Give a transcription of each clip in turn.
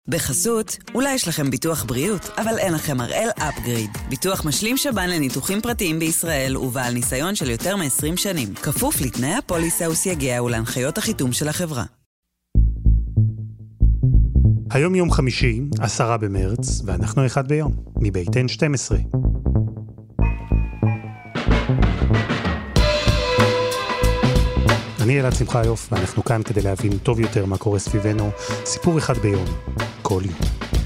בחסות, אולי יש לכם ביטוח בריאות, אבל אין לכם הראל אפגריד. ביטוח משלים שב"ן לניתוחים פרטיים בישראל ובעל ניסיון של יותר מ-20 שנים. כפוף לתנאי הפוליסה וסייגיה ולהנחיות החיתום של החברה. היום יום חמישי, 10 במרץ, ואנחנו אחד ביום, מבית N12. אני אלעד שמחה יוף, ואנחנו כאן כדי להבין טוב יותר מה קורה סביבנו. סיפור אחד ביום, כל יום.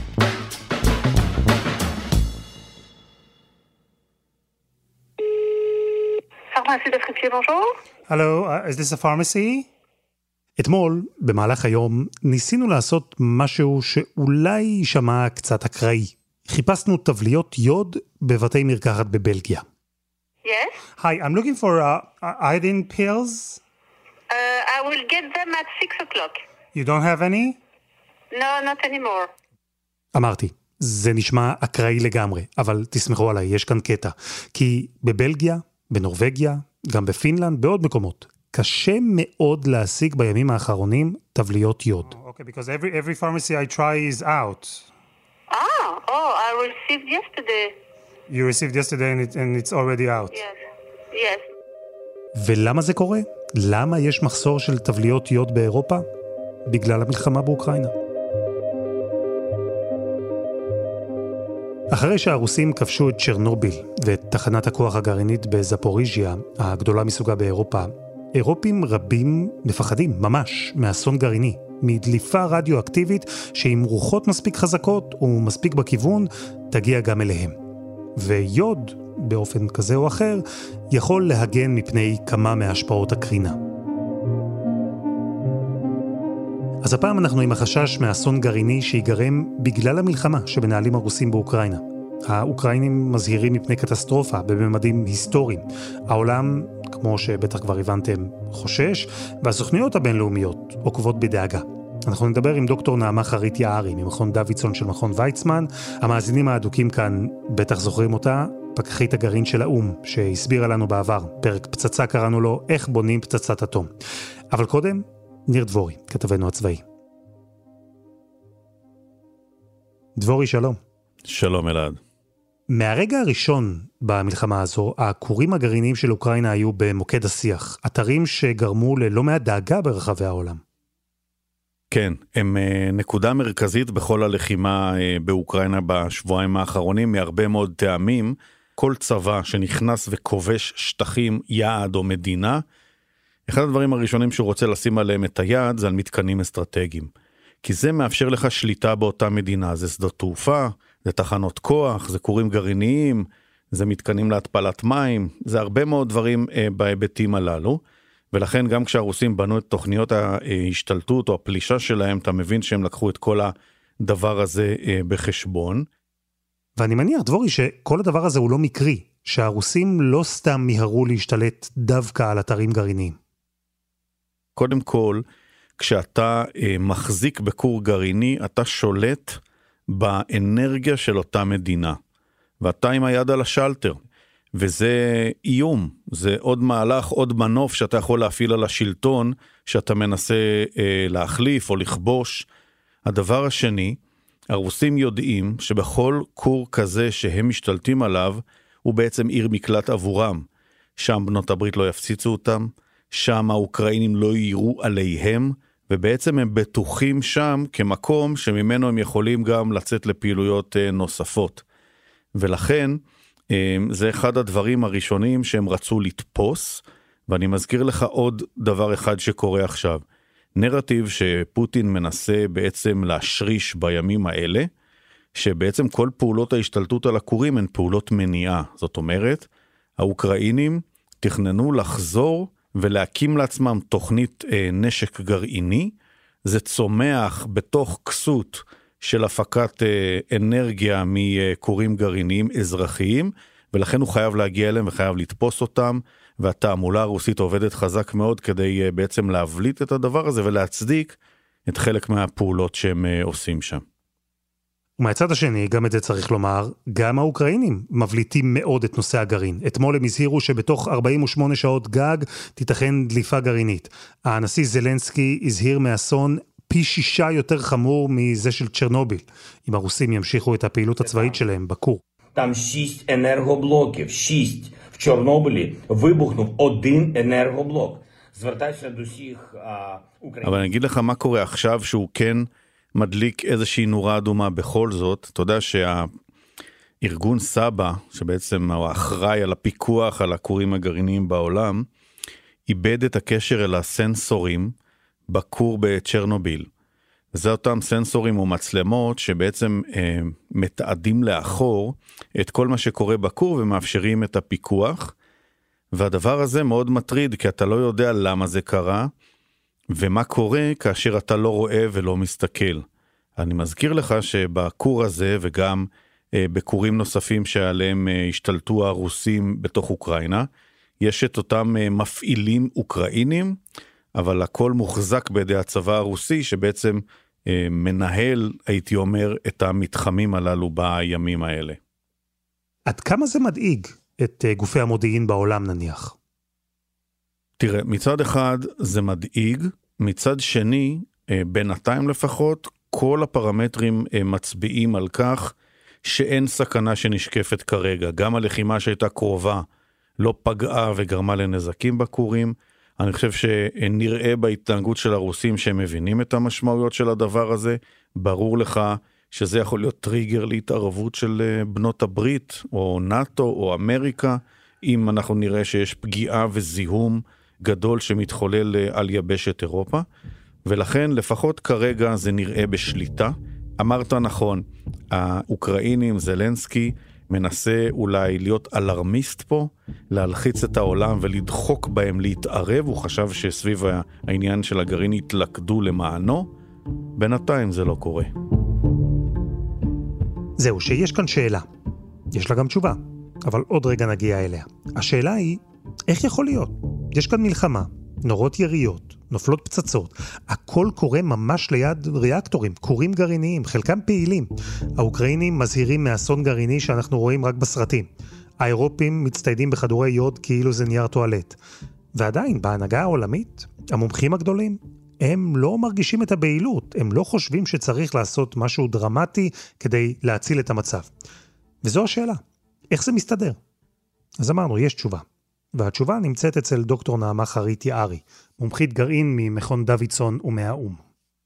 Pharmacie de Fripier, bonjour. Hello, is this a pharmacy? אתמול, במהלך היום, ניסינו לעשות משהו שאולי יישמע קצת אקראי. חיפשנו טבליות יוד בבתי מרקחת בבלגיה. Yes. Hi, I'm looking for iodine pills. I will get them at 6 o'clock. You don't have any? No, not anymore. אמרתי, זה נשמע אקראי לגמרי, אבל תסמכו עליי, יש כאן קטע. כי בבלגיה, בנורווגיה, גם בפינלנד, בעוד מקומות, קשה מאוד להשיג בימים האחרונים טבליות יוד. Okay, because every pharmacy I try is out. I received yesterday. You received yesterday and it's already out. Yes. ולמה זה קורה? למה יש מחסור של טבליות יוד באירופה? בגלל המלחמה באוקראינה. אחרי שהרוסים כבשו את צ'רנוביל ואת תחנת הכוח הגרעינית בזפוריז'יה, הגדולה מסוגה באירופה, אירופים רבים מפחדים ממש מאסון גרעיני, מדליפה רדיואקטיבית שעם רוחות מספיק חזקות ומספיק בכיוון תגיע גם אליהם. ויוד, באופן כזה או אחר, יכול להגן מפני כמה מהשפעות הקרינה. אז הפעם אנחנו עם החשש מאסון גרעיני שיגרם בגלל המלחמה שמנהלים הרוסים באוקראינה. האוקראינים מזהירים מפני קטסטרופה בממדים היסטוריים. העולם, כמו שבטח כבר הבנתם, חושש, והסוכנויות הבינלאומיות עוקבות בדאגה. אנחנו נדבר עם דוקטור נעמה חרית יערי, ממכון דוידסון של מכון ויצמן. המאזינים האדוקים כאן בטח זוכרים אותה, פקחית הגרעין של האום, שהסבירה לנו בעבר, פרק פצצה קראנו לו, איך בונים פצצת אטום. אבל קודם, ניר דבורי, כתבנו הצבאי. דבורי, שלום. שלום אלעד. מהרגע הראשון במלחמה הזו, הכורים הגרעיניים של אוקראינה היו במוקד השיח, אתרים שגרמו ללא מעט דאגה ברחבי העולם. כן, הם נקודה מרכזית בכל הלחימה באוקראינה בשבועיים האחרונים, מהרבה מאוד טעמים. כל צבא שנכנס וכובש שטחים, יעד או מדינה, אחד הדברים הראשונים שהוא רוצה לשים עליהם את היד, זה על מתקנים אסטרטגיים. כי זה מאפשר לך שליטה באותה מדינה, זה שדות תעופה, זה תחנות כוח, זה כורים גרעיניים, זה מתקנים להתפלת מים, זה הרבה מאוד דברים בהיבטים הללו, ולכן גם כשהרוסים בנו את תוכניות ההשתלטות או הפלישה שלהם, אתה מבין שהם לקחו את כל הדבר הזה בחשבון. ואני מניח, דבורי, שכל הדבר הזה הוא לא מקרי, שהרוסים לא סתם מיהרו להשתלט דווקא על אתרים גרעיניים. קודם כל, כשאתה מחזיק בכור גרעיני, אתה שולט באנרגיה של אותה מדינה, ואתה עם היד על השלטר, וזה איום, זה עוד מהלך, עוד מנוף שאתה יכול להפעיל על השלטון, שאתה מנסה להחליף או לכבוש. הדבר השני, הרוסים יודעים שבכל כור כזה שהם משתלטים עליו, הוא בעצם עיר מקלט עבורם. שם בנות הברית לא יפציצו אותם, שם האוקראינים לא יירו עליהם, ובעצם הם בטוחים שם כמקום שממנו הם יכולים גם לצאת לפעילויות נוספות. ולכן, זה אחד הדברים הראשונים שהם רצו לתפוס, ואני מזכיר לך עוד דבר אחד שקורה עכשיו. נרטיב שפוטין מנסה בעצם להשריש בימים האלה, שבעצם כל פעולות ההשתלטות על הכורים הן פעולות מניעה. זאת אומרת, האוקראינים תכננו לחזור ולהקים לעצמם תוכנית נשק גרעיני, זה צומח בתוך כסות של הפקת אנרגיה מכורים גרעיניים אזרחיים, ולכן הוא חייב להגיע אליהם וחייב לתפוס אותם, והתעמולה הרוסית עובדת חזק מאוד כדי בעצם להבליט את הדבר הזה ולהצדיק את חלק מהפעולות שהם עושים שם. ומהצד השני, גם את זה צריך לומר, גם האוקראינים מבליטים מאוד את נושא הגרעין. אתמול הם הזהירו שבתוך 48 שעות גג תיתכן דליפה גרעינית. הנשיא זלנסקי הזהיר מאסון פי 6 יותר חמור מזה של צ'רנוביל, אם הרוסים ימשיכו את הפעילות הצבאית שלהם בכור. Там 6 енергоблоків, 6. В Чорнобилі вибухнув 1 енергоблок. Звертаюся до всіх українців. אבל אני אגיד לך מה קורה עכשיו שהוא כן מדליק איזושהי נורה אדומה בכל זאת. אתה יודע שהארגון סבא, שבעצם הוא האחראי על הפיקוח על הכורים הגרעיניים בעולם, איבד את הקשר אל הסנסורים בכור בצ'רנוביל. וזה אותם סנסורים ומצלמות שבעצם מתעדים לאחור את כל מה שקורה בכור ומאפשרים את הפיקוח. והדבר הזה מאוד מטריד, כי אתה לא יודע למה זה קרה, ומה קורה כאשר אתה לא רואה ולא מסתכל. אני מזכיר לך שבכור הזה וגם בכורים נוספים שעליהם השתלטו הרוסים בתוך אוקראינה, יש את אותם מפעילים אוקראינים, אבל הכל מוחזק בידי הצבא הרוסי שבעצם מנהל, הייתי אומר, את המתחמים הללו בימים האלה. עד כמה זה מדאיג את גופי המודיעין בעולם נניח? תראה, מצד אחד זה מדאיג, מצד שני, בינתיים לפחות, כל הפרמטרים מצביעים על כך שאין סכנה שנשקפת כרגע. גם הלחימה שהייתה קרובה לא פגעה וגרמה לנזקים בכורים. אני חושב שנראה בהתנהגות של הרוסים שהם מבינים את המשמעויות של הדבר הזה. ברור לך שזה יכול להיות טריגר להתערבות של בנות הברית או נאטו או אמריקה, אם אנחנו נראה שיש פגיעה וזיהום גדול שמתחולל על יבשת אירופה, ולכן לפחות כרגע זה נראה בשליטה. אמרת נכון, האוקראינים, זלנסקי, מנסה אולי להיות אלרמיסט פה, להלחיץ את העולם ולדחוק בהם להתערב, הוא חשב שסביב העניין של הגרעין יתלכדו למענו, בינתיים זה לא קורה. זהו, שיש כאן שאלה. יש לה גם תשובה, אבל עוד רגע נגיע אליה. השאלה היא, איך יכול להיות? יש כאן מלחמה, נורות יריות, נופלות פצצות, הכל קורה ממש ליד ריאקטורים, כורים גרעיניים, חלקם פעילים. האוקראינים מזהירים מאסון גרעיני שאנחנו רואים רק בסרטים. האירופים מצטיידים בכדורי יוד כאילו זה נייר טואלט. ועדיין, בהנהגה העולמית, המומחים הגדולים, הם לא מרגישים את הבעילות, הם לא חושבים שצריך לעשות משהו דרמטי כדי להציל את המצב. וזו השאלה, איך זה מסתדר? אז אמרנו, יש תשובה. והתשובה נמצאת אצל דוקטור נעמה חרית יערי, מומחית גרעין ממכון דוידסון ומהאום.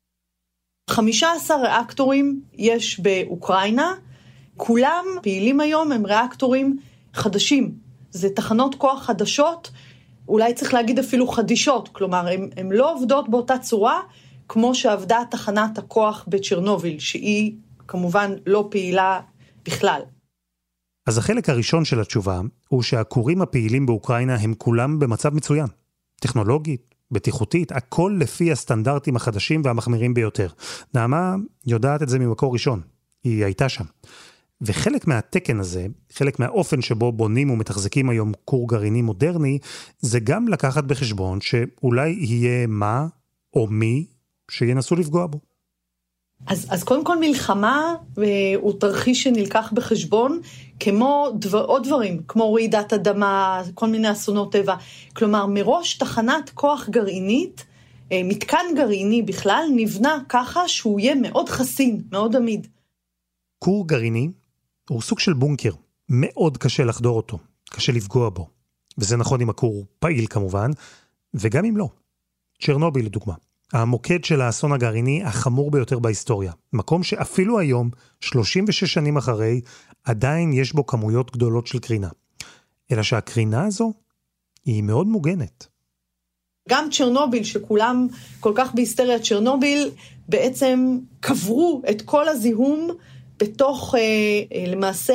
15 ריאקטורים יש באוקראינה, כולם פעילים היום, הם ריאקטורים חדשים. זה תחנות כוח חדשות, אולי צריך להגיד אפילו חדישות, כלומר, הן לא עובדות באותה צורה, כמו שעבדה תחנת הכוח בצ'רנוביל, שהיא כמובן לא פעילה בכלל. אז החלק הראשון של התשובה הוא שהכורים הפעילים באוקראינה הם כולם במצב מצוין. טכנולוגית, בטיחותית, הכל לפי הסטנדרטים החדשים והמחמירים ביותר. נעמה יודעת את זה ממקור ראשון. היא הייתה שם. וחלק מהתקן הזה, חלק מהאופן שבו בונים ומתחזקים היום כור גרעיני מודרני, זה גם לקחת בחשבון שאולי יהיה מה או מי שינסו לפגוע בו. אז קודם כל מלחמה הוא תרחיש שנלקח בחשבון, כמו עוד דברים, כמו רעידת אדמה, כל מיני אסונות טבע. כלומר, מראש תחנת כוח גרעינית, מתקן גרעיני בכלל, נבנה ככה שהוא יהיה מאוד חסין, מאוד עמיד. כור גרעיני הוא סוג של בונקר, מאוד קשה לחדור אותו, קשה לפגוע בו. וזה נכון אם הכור פעיל כמובן, וגם אם לא. צ'רנוביל לדוגמה. המוקד של האסון הגרעיני החמור ביותר בהיסטוריה. מקום שאפילו היום, 36 שנים אחרי, עדיין יש בו כמויות גדולות של קרינה. אלא שהקרינה הזו היא מאוד מוגנת. גם צ'רנוביל, שכולם כל כך בהיסטריה, צ'רנוביל בעצם קברו את כל הזיהום בתוך, למעשה,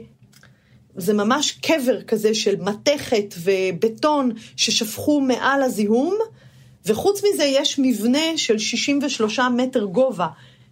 זה ממש קבר כזה של מתכת ובטון ששפכו מעל הזיהום, וחוץ מזה יש מבנה של 63 מטר גובה,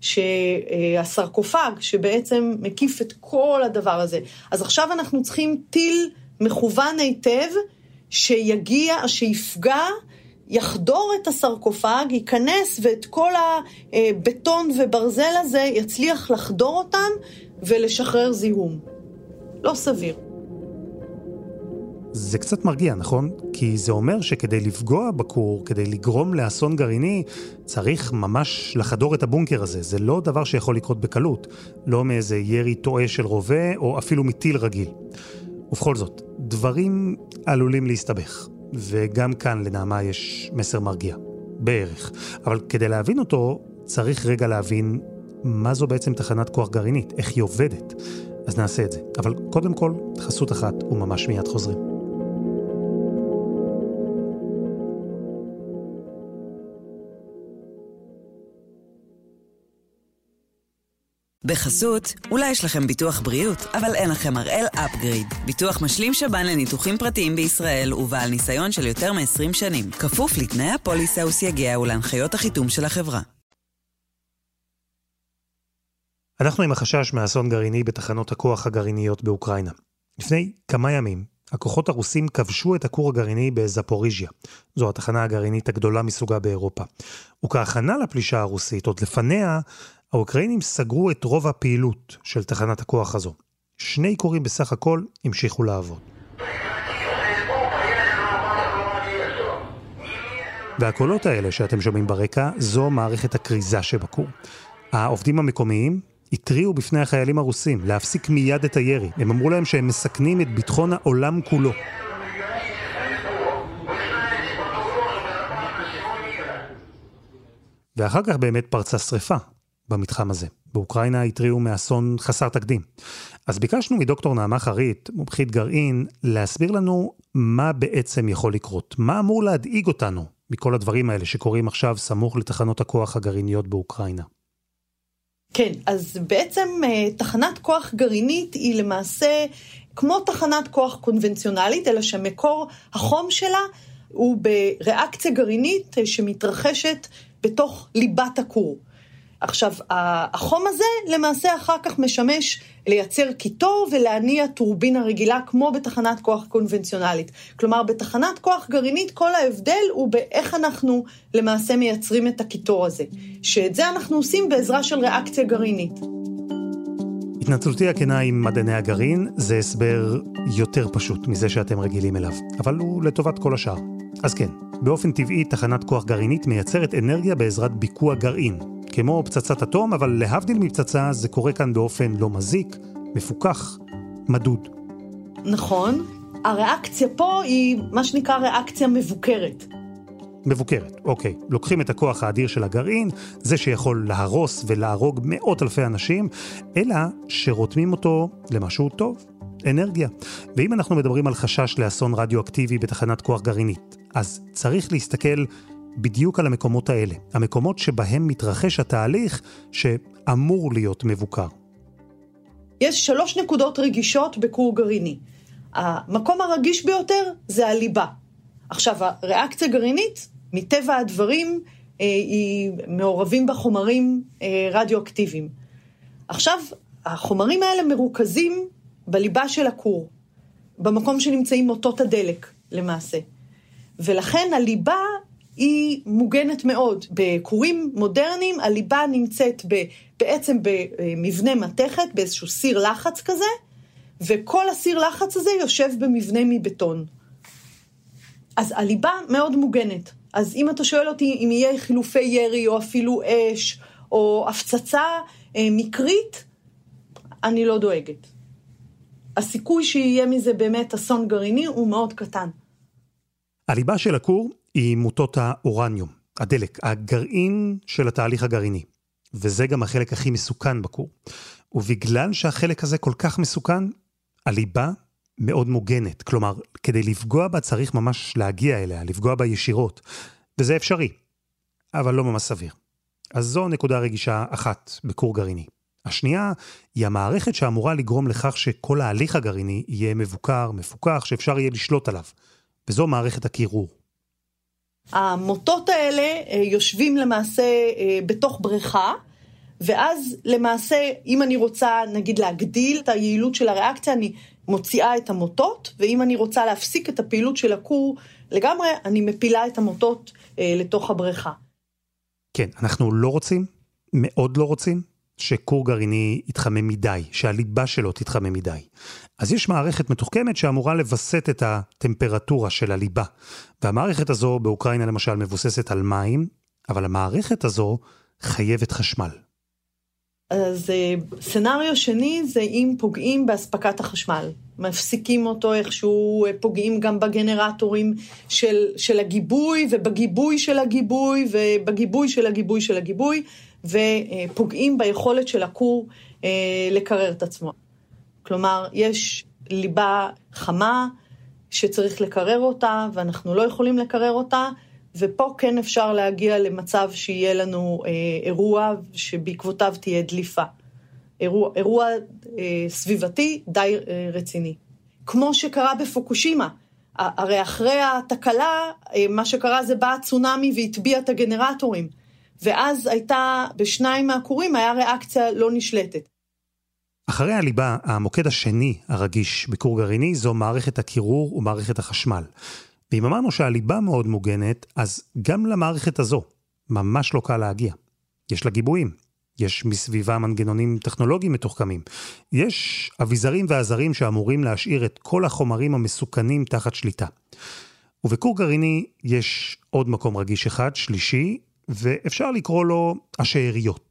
שהסרקופג שבעצם מקיף את כל הדבר הזה. אז עכשיו אנחנו צריכים טיל מכוון היטב, שיגיע, שיפגע, יחדור את הסרקופג, ייכנס ואת כל הבטון וברזל הזה יצליח לחדור אותם ולשחרר זיהום. לא סביר. זה קצת מרגיע, נכון? כי זה אומר שכדי לפגוע בכור, כדי לגרום לאסון גרעיני, צריך ממש לחדור את הבונקר הזה. זה לא דבר שיכול לקרות בקלות. לא מאיזה ירי טועה של רובה, או אפילו מטיל רגיל. ובכל זאת, דברים עלולים להסתבך. וגם כאן לנעמה יש מסר מרגיע. בערך. אבל כדי להבין אותו, צריך רגע להבין מה זו בעצם תחנת כוח גרעינית, איך היא עובדת. אז נעשה את זה. אבל קודם כל, חסות אחת וממש מיד חוזרים. בחסות, אולי יש לכם ביטוח בריאות, אבל אין לכם הראל אפגריד. ביטוח משלים שב"ן לניתוחים פרטיים בישראל ובעל ניסיון של יותר מ-20 שנים. כפוף לתנאי הפוליסה וסייגיה ולהנחיות החיתום של החברה. אנחנו עם החשש מאסון גרעיני בתחנות הכוח הגרעיניות באוקראינה. לפני כמה ימים, הכוחות הרוסים כבשו את הכור הגרעיני בזפוריז'יה. זו התחנה הגרעינית הגדולה מסוגה באירופה. וכהכנה לפלישה הרוסית, עוד לפניה, האוקראינים סגרו את רוב הפעילות של תחנת הכוח הזו. 2 כורים בסך הכל המשיכו לעבוד. והקולות האלה שאתם שומעים ברקע, זו מערכת הקריזה שבכור. העובדים המקומיים התריעו בפני החיילים הרוסים להפסיק מיד את הירי. הם אמרו להם שהם מסכנים את ביטחון העולם כולו. ואחר כך באמת פרצה שריפה במתחם הזה. באוקראינה התריעו מאסון חסר תקדים. אז ביקשנו מדוקטור נעמה חרית, מומחית גרעין, להסביר לנו מה בעצם יכול לקרות. מה אמור להדאיג אותנו מכל הדברים האלה שקורים עכשיו סמוך לתחנות הכוח הגרעיניות באוקראינה? כן, אז בעצם תחנת כוח גרעינית היא למעשה כמו תחנת כוח קונבנציונלית, אלא שמקור החום שלה הוא בריאקציה גרעינית שמתרחשת בתוך ליבת הכור. עכשיו, החום הזה למעשה אחר כך משמש לייצר קיטור ולהניע טורבינה רגילה כמו בתחנת כוח קונבנציונלית. כלומר, בתחנת כוח גרעינית כל ההבדל הוא באיך אנחנו למעשה מייצרים את הקיטור הזה. שאת זה אנחנו עושים בעזרה של ריאקציה גרעינית. התנצלותי הכנה עם מדעני הגרעין זה הסבר יותר פשוט מזה שאתם רגילים אליו, אבל הוא לטובת כל השאר. אז כן, באופן טבעי תחנת כוח גרעינית מייצרת אנרגיה בעזרת ביקוע גרעין. כמו פצצת אטום, אבל להבדיל מפצצה זה קורה כאן באופן לא מזיק, מפוקח, מדוד. נכון, הריאקציה פה היא מה שנקרא ריאקציה מבוקרת. מבוקרת, אוקיי. לוקחים את הכוח האדיר של הגרעין, זה שיכול להרוס ולהרוג מאות אלפי אנשים, אלא שרותמים אותו למשהו טוב, אנרגיה. ואם אנחנו מדברים על חשש לאסון רדיואקטיבי בתחנת כוח גרעינית, אז צריך להסתכל בדיוק על המקומות האלה, המקומות שבהם מתרחש התהליך שאמור להיות מבוקר. יש 3 נקודות רגישות בכור גרעיני. המקום הרגיש ביותר זה הליבה. עכשיו, הריאקציה גרעינית, מטבע הדברים, היא מעורבים בחומרים רדיואקטיביים. עכשיו, החומרים האלה מרוכזים בליבה של הכור, במקום שנמצאים מוטות הדלק, למעשה. ולכן הליבה היא מוגנת מאוד. בכורים מודרניים, הליבה נמצאת בעצם במבנה מתכת, באיזשהו סיר לחץ כזה, וכל הסיר לחץ הזה יושב במבנה מבטון. אז הליבה מאוד מוגנת. אז אם אתה שואל אותי אם יהיה חילופי ירי, או אפילו אש, או הפצצה מקרית, אני לא דואגת. הסיכוי שיהיה מזה באמת אסון גרעיני הוא מאוד קטן. הליבה של הכור היא מוטות האורניום, הדלק, הגרעין של התהליך הגרעיני. וזה גם החלק הכי מסוכן בכור. ובגלל שהחלק הזה כל כך מסוכן, הליבה מאוד מוגנת. כלומר, כדי לפגוע בה צריך ממש להגיע אליה, לפגוע בה ישירות. וזה אפשרי, אבל לא ממש סביר. אז זו נקודה רגישה אחת בכור גרעיני. השנייה היא המערכת שאמורה לגרום לכך שכל ההליך הגרעיני יהיה מבוקר, מפוקח, שאפשר יהיה לשלוט עליו. וזו מערכת הקירור. המוטות האלה יושבים למעשה בתוך בריכה, ואז למעשה אם אני רוצה נגיד להגדיל את היעילות של הריאקציה, אני מוציאה את המוטות, ואם אני רוצה להפסיק את הפעילות של הכור לגמרי, אני מפילה את המוטות לתוך הבריכה. כן, אנחנו לא רוצים, מאוד לא רוצים, שכור גרעיני יתחמם מדי, שהליבה שלו תתחמם מדי. אז יש מערכת מתוחכמת שאמורה לבסט את הטמפרטורה של הליבה. והמערכת הזו באוקראינה למשל מבוססת על מים, אבל המערכת הזו חייבת חשמל. אז סנריו שני זה אם פוגעים בהספקת החשמל. מפסיקים אותו איכשהו, פוגעים גם בגנרטורים של הגיבוי, ובגיבוי של הגיבוי, ובגיבוי של הגיבוי של הגיבוי, ופוגעים ביכולת של הכור לקרר את עצמו. כלומר, יש ליבה חמה שצריך לקרר אותה, ואנחנו לא יכולים לקרר אותה, ופה כן אפשר להגיע למצב שיהיה לנו אירוע שבעקבותיו תהיה דליפה. אירוע סביבתי די רציני. כמו שקרה בפוקושימה, הרי אחרי התקלה, מה שקרה זה בא צונאמי והטביע את הגנרטורים, ואז הייתה, בשניים מהכורים היה ריאקציה לא נשלטת. אחרי הליבה, המוקד השני הרגיש בכור גרעיני זו מערכת הקירור ומערכת החשמל. ואם אמרנו שהליבה מאוד מוגנת, אז גם למערכת הזו ממש לא קל להגיע. יש לה גיבויים, יש מסביבה מנגנונים טכנולוגיים מתוחכמים, יש אביזרים ועזרים שאמורים להשאיר את כל החומרים המסוכנים תחת שליטה. ובכור גרעיני יש עוד מקום רגיש אחד, שלישי, ואפשר לקרוא לו השאריות.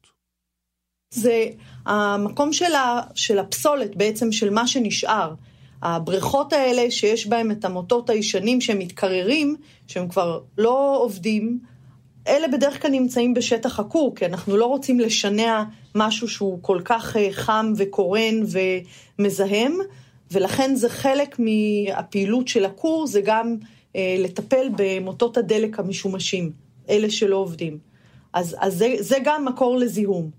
זה המקום של הפסולת בעצם, של מה שנשאר. הבריכות האלה שיש בהם את המוטות הישנים שהם מתקררים, שהם כבר לא עובדים, אלה בדרך כלל נמצאים בשטח הכור, כי אנחנו לא רוצים לשנע משהו שהוא כל כך חם וקורן ומזהם, ולכן זה חלק מהפעילות של הכור, זה גם לטפל במוטות הדלק המשומשים, אלה שלא עובדים. אז זה גם מקור לזיהום.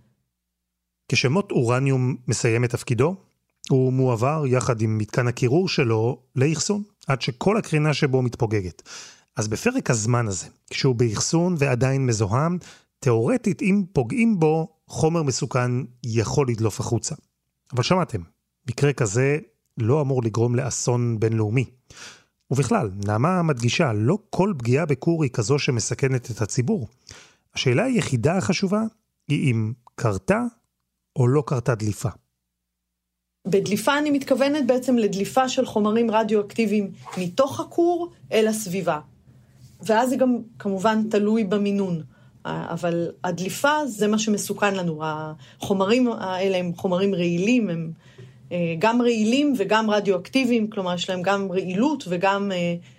כשמוט אורניום מסיים את תפקידו, הוא מועבר יחד עם מתקן הקירור שלו לאחסון, עד שכל הקרינה שבו מתפוגגת. אז בפרק הזמן הזה, כשהוא באחסון ועדיין מזוהם, תיאורטית אם פוגעים בו, חומר מסוכן יכול לדלוף החוצה. אבל שמעתם, מקרה כזה לא אמור לגרום לאסון בינלאומי. ובכלל, נעמה מדגישה, לא כל פגיעה בכור היא כזו שמסכנת את הציבור. השאלה היחידה החשובה היא אם קרתה או לא קרתה דליפה. בדליפה אני מתכוונת בעצם לדליפה של חומרים רדיואקטיביים מתוך הכור אל הסביבה. ואז זה גם כמובן תלוי במינון. אבל הדליפה זה מה שמסוכן לנו. החומרים האלה הם חומרים רעילים, הם גם רעילים וגם רדיואקטיביים, כלומר יש להם גם רעילות וגם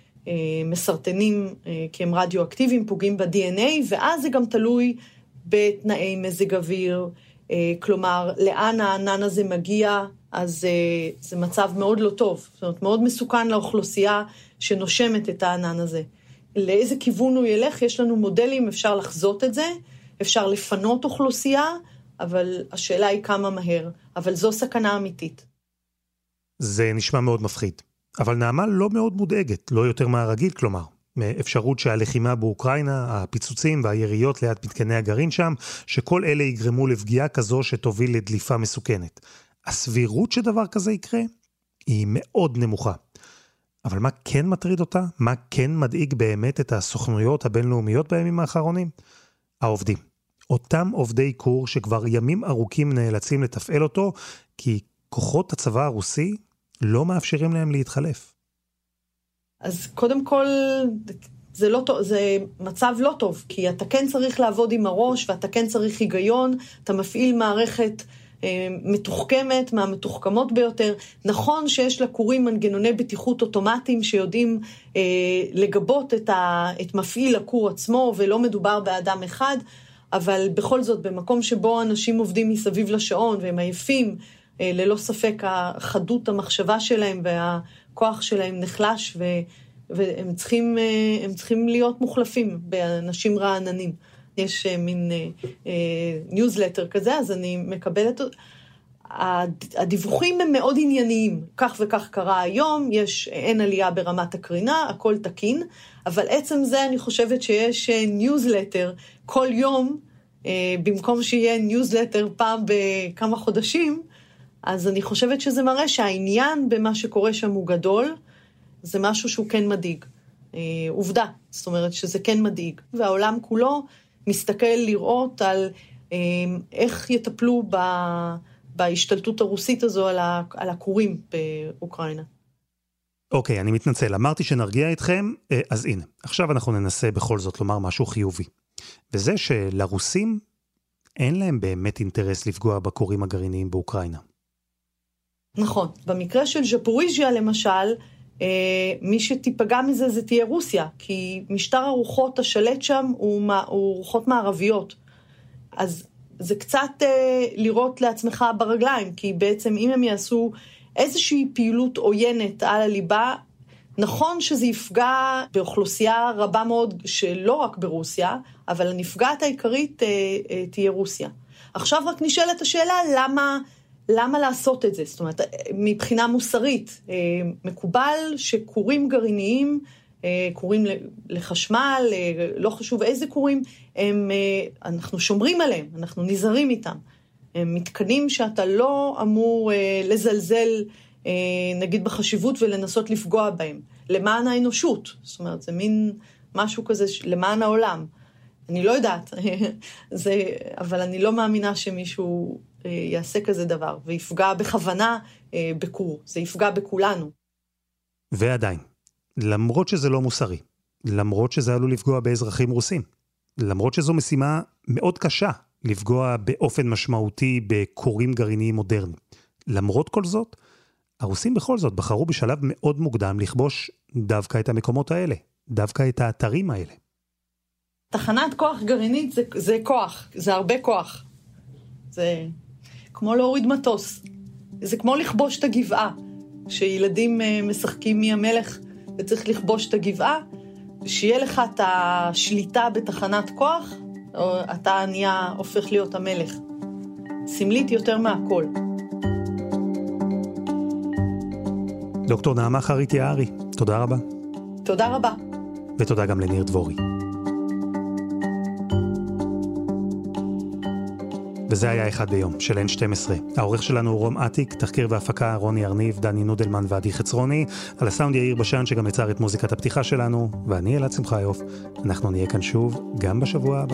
מסרטנים כי הם רדיואקטיביים, פוגעים ב-DNA, ואז זה גם תלוי בתנאי מזג אוויר, כלומר לאן הענן הזה מגיע, אז זה מצב מאוד לא טוב, זאת אומרת מאוד מסוכן לאוכלוסייה שנושמת את הענן הזה. לאיזה כיוון הוא ילך, יש לנו מודלים, אפשר לחזות את זה, אפשר לפנות אוכלוסייה, אבל השאלה היא כמה מהר, אבל זו סכנה אמיתית. זה נשמע מאוד מפחיד, אבל נעמה לא מאוד מודאגת, לא יותר מהרגיל כלומר, מאפשרות שהלחימה באוקראינה, הפיצוצים והיריות ליד מתקני הגרעין שם, שכל אלה יגרמו לפגיעה כזו שתוביל לדליפה מסוכנת. הסבירות שדבר כזה יקרה היא מאוד נמוכה. אבל מה כן מטריד אותה? מה כן מדאיג באמת את הסוכנויות הבינלאומיות בימים האחרונים? העובדים. אותם עובדי קור שכבר ימים ארוכים נאלצים לתפעל אותו, כי כוחות הצבא הרוסי לא מאפשרים להם להתחלף. אז קודם כל, זה מצב לא טוב, כי אתה כן צריך לעבוד עם הראש, ואתה כן צריך היגיון, אתה מפעיל מערכת מתוחכמת, מהמתוחכמות ביותר. נכון שיש לכורים מנגנוני בטיחות אוטומטיים שיודעים לגבות את מפעיל הכור עצמו, ולא מדובר באדם אחד, אבל בכל זאת, במקום שבו אנשים עובדים מסביב לשעון, והם עייפים, ללא ספק החדות המחשבה שלהם והכוח שלהם נחלש, והם צריכים להיות מוחלפים באנשים רעננים. יש מין ניוזלטר כזה, אז אני מקבלת, הדיווחים הם מאוד ענייניים, כך וכך קרה היום, אין עלייה ברמת הקרינה, הכל תקין, אבל עצם זה אני חושבת שיש ניוזלטר כל יום, במקום שיהיה ניוזלטר פעם בכמה חודשים, אז אני חושבת שזה מראה שהעניין במה שקורה שם הוא גדול, זה משהו שהוא כן מדאיג, עובדה, זאת אומרת שזה כן מדאיג, והעולם כולו מסתכל לראות על איך יטפלו בהשתלטות הרוסית הזו על הכורים באוקראינה. אוקיי, אני מתנצל, אמרתי שנרגיע אתכם, אז הנה, עכשיו אנחנו ננסה בכל זאת לומר משהו חיובי. וזה שלרוסים אין להם באמת אינטרס לפגוע בכורים הגרעיניים באוקראינה. נכון, במקרה של ז'פוריז'יה למשל, מי שתיפגע מזה זה תהיה רוסיה, כי משטר הרוחות השלט שם הוא רוחות מערביות. אז זה קצת לראות לעצמך ברגליים, כי בעצם אם הם יעשו איזושהי פעילות עוינת על הליבה, נכון שזה יפגע באוכלוסייה רבה מאוד שלא רק ברוסיה, אבל הנפגעת העיקרית תהיה רוסיה. עכשיו רק נשאלת השאלה למה לעשות את זה? זאת אומרת, מבחינה מוסרית, מקובל שכורים גרעיניים, כורים לחשמל, לא חשוב איזה כורים, אנחנו שומרים עליהם, אנחנו נזהרים איתם. הם מתקנים שאתה לא אמור לזלזל, נגיד בחשיבות ולנסות לפגוע בהם. למען האנושות, זאת אומרת, זה מין משהו כזה למען העולם. אני לא יודעת, אבל אני לא מאמינה שמישהו יעשה כזה דבר, ויפגע בכוונה בכור. זה יפגע בכולנו. ועדיין, למרות שזה לא מוסרי, למרות שזה עלול לפגוע באזרחים רוסים, למרות שזו משימה מאוד קשה לפגוע באופן משמעותי בכורים גרעיניים מודרניים, למרות כל זאת, הרוסים בכל זאת בחרו בשלב מאוד מוקדם לכבוש דווקא את המקומות האלה, דווקא את האתרים האלה. תחנת כוח גרעינית זה כוח, זה הרבה כוח. זה כמו להוריד מטוס. זה כמו לכבוש את הגבעה. שילדים משחקים מי המלך וצריך לכבוש את הגבעה, שיהיה לך את השליטה בתחנת כוח, או אתה הופך להיות המלך. סמלית יותר מהכל. דוקטור נעמה חריט יערי, תודה רבה. תודה רבה. ותודה גם לניר דבורי. וזה היה אחד ביום של N12. העורך שלנו הוא רום עתיק, תחקיר והפקה רוני ארניב, דני נודלמן ועדי חצרוני, על הסאונד יאיר בשן שגם יצר את מוזיקת הפתיחה שלנו, ואני אלעד שמחיוף. אנחנו נהיה כאן שוב גם בשבוע הבא.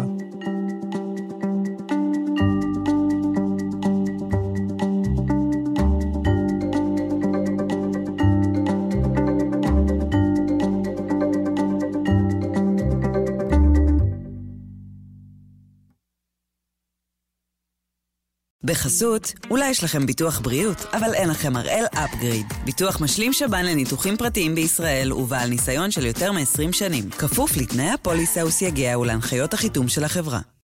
בחסות, אולי יש לכם ביטוח בריאות, אבל אין לכם הראל אפגריד. ביטוח משלים שב"ן לניתוחים פרטיים בישראל ובעל ניסיון של יותר מ-20 שנים. כפוף לתנאי הפוליסה וסייגיה ולהנחיות החיתום של החברה.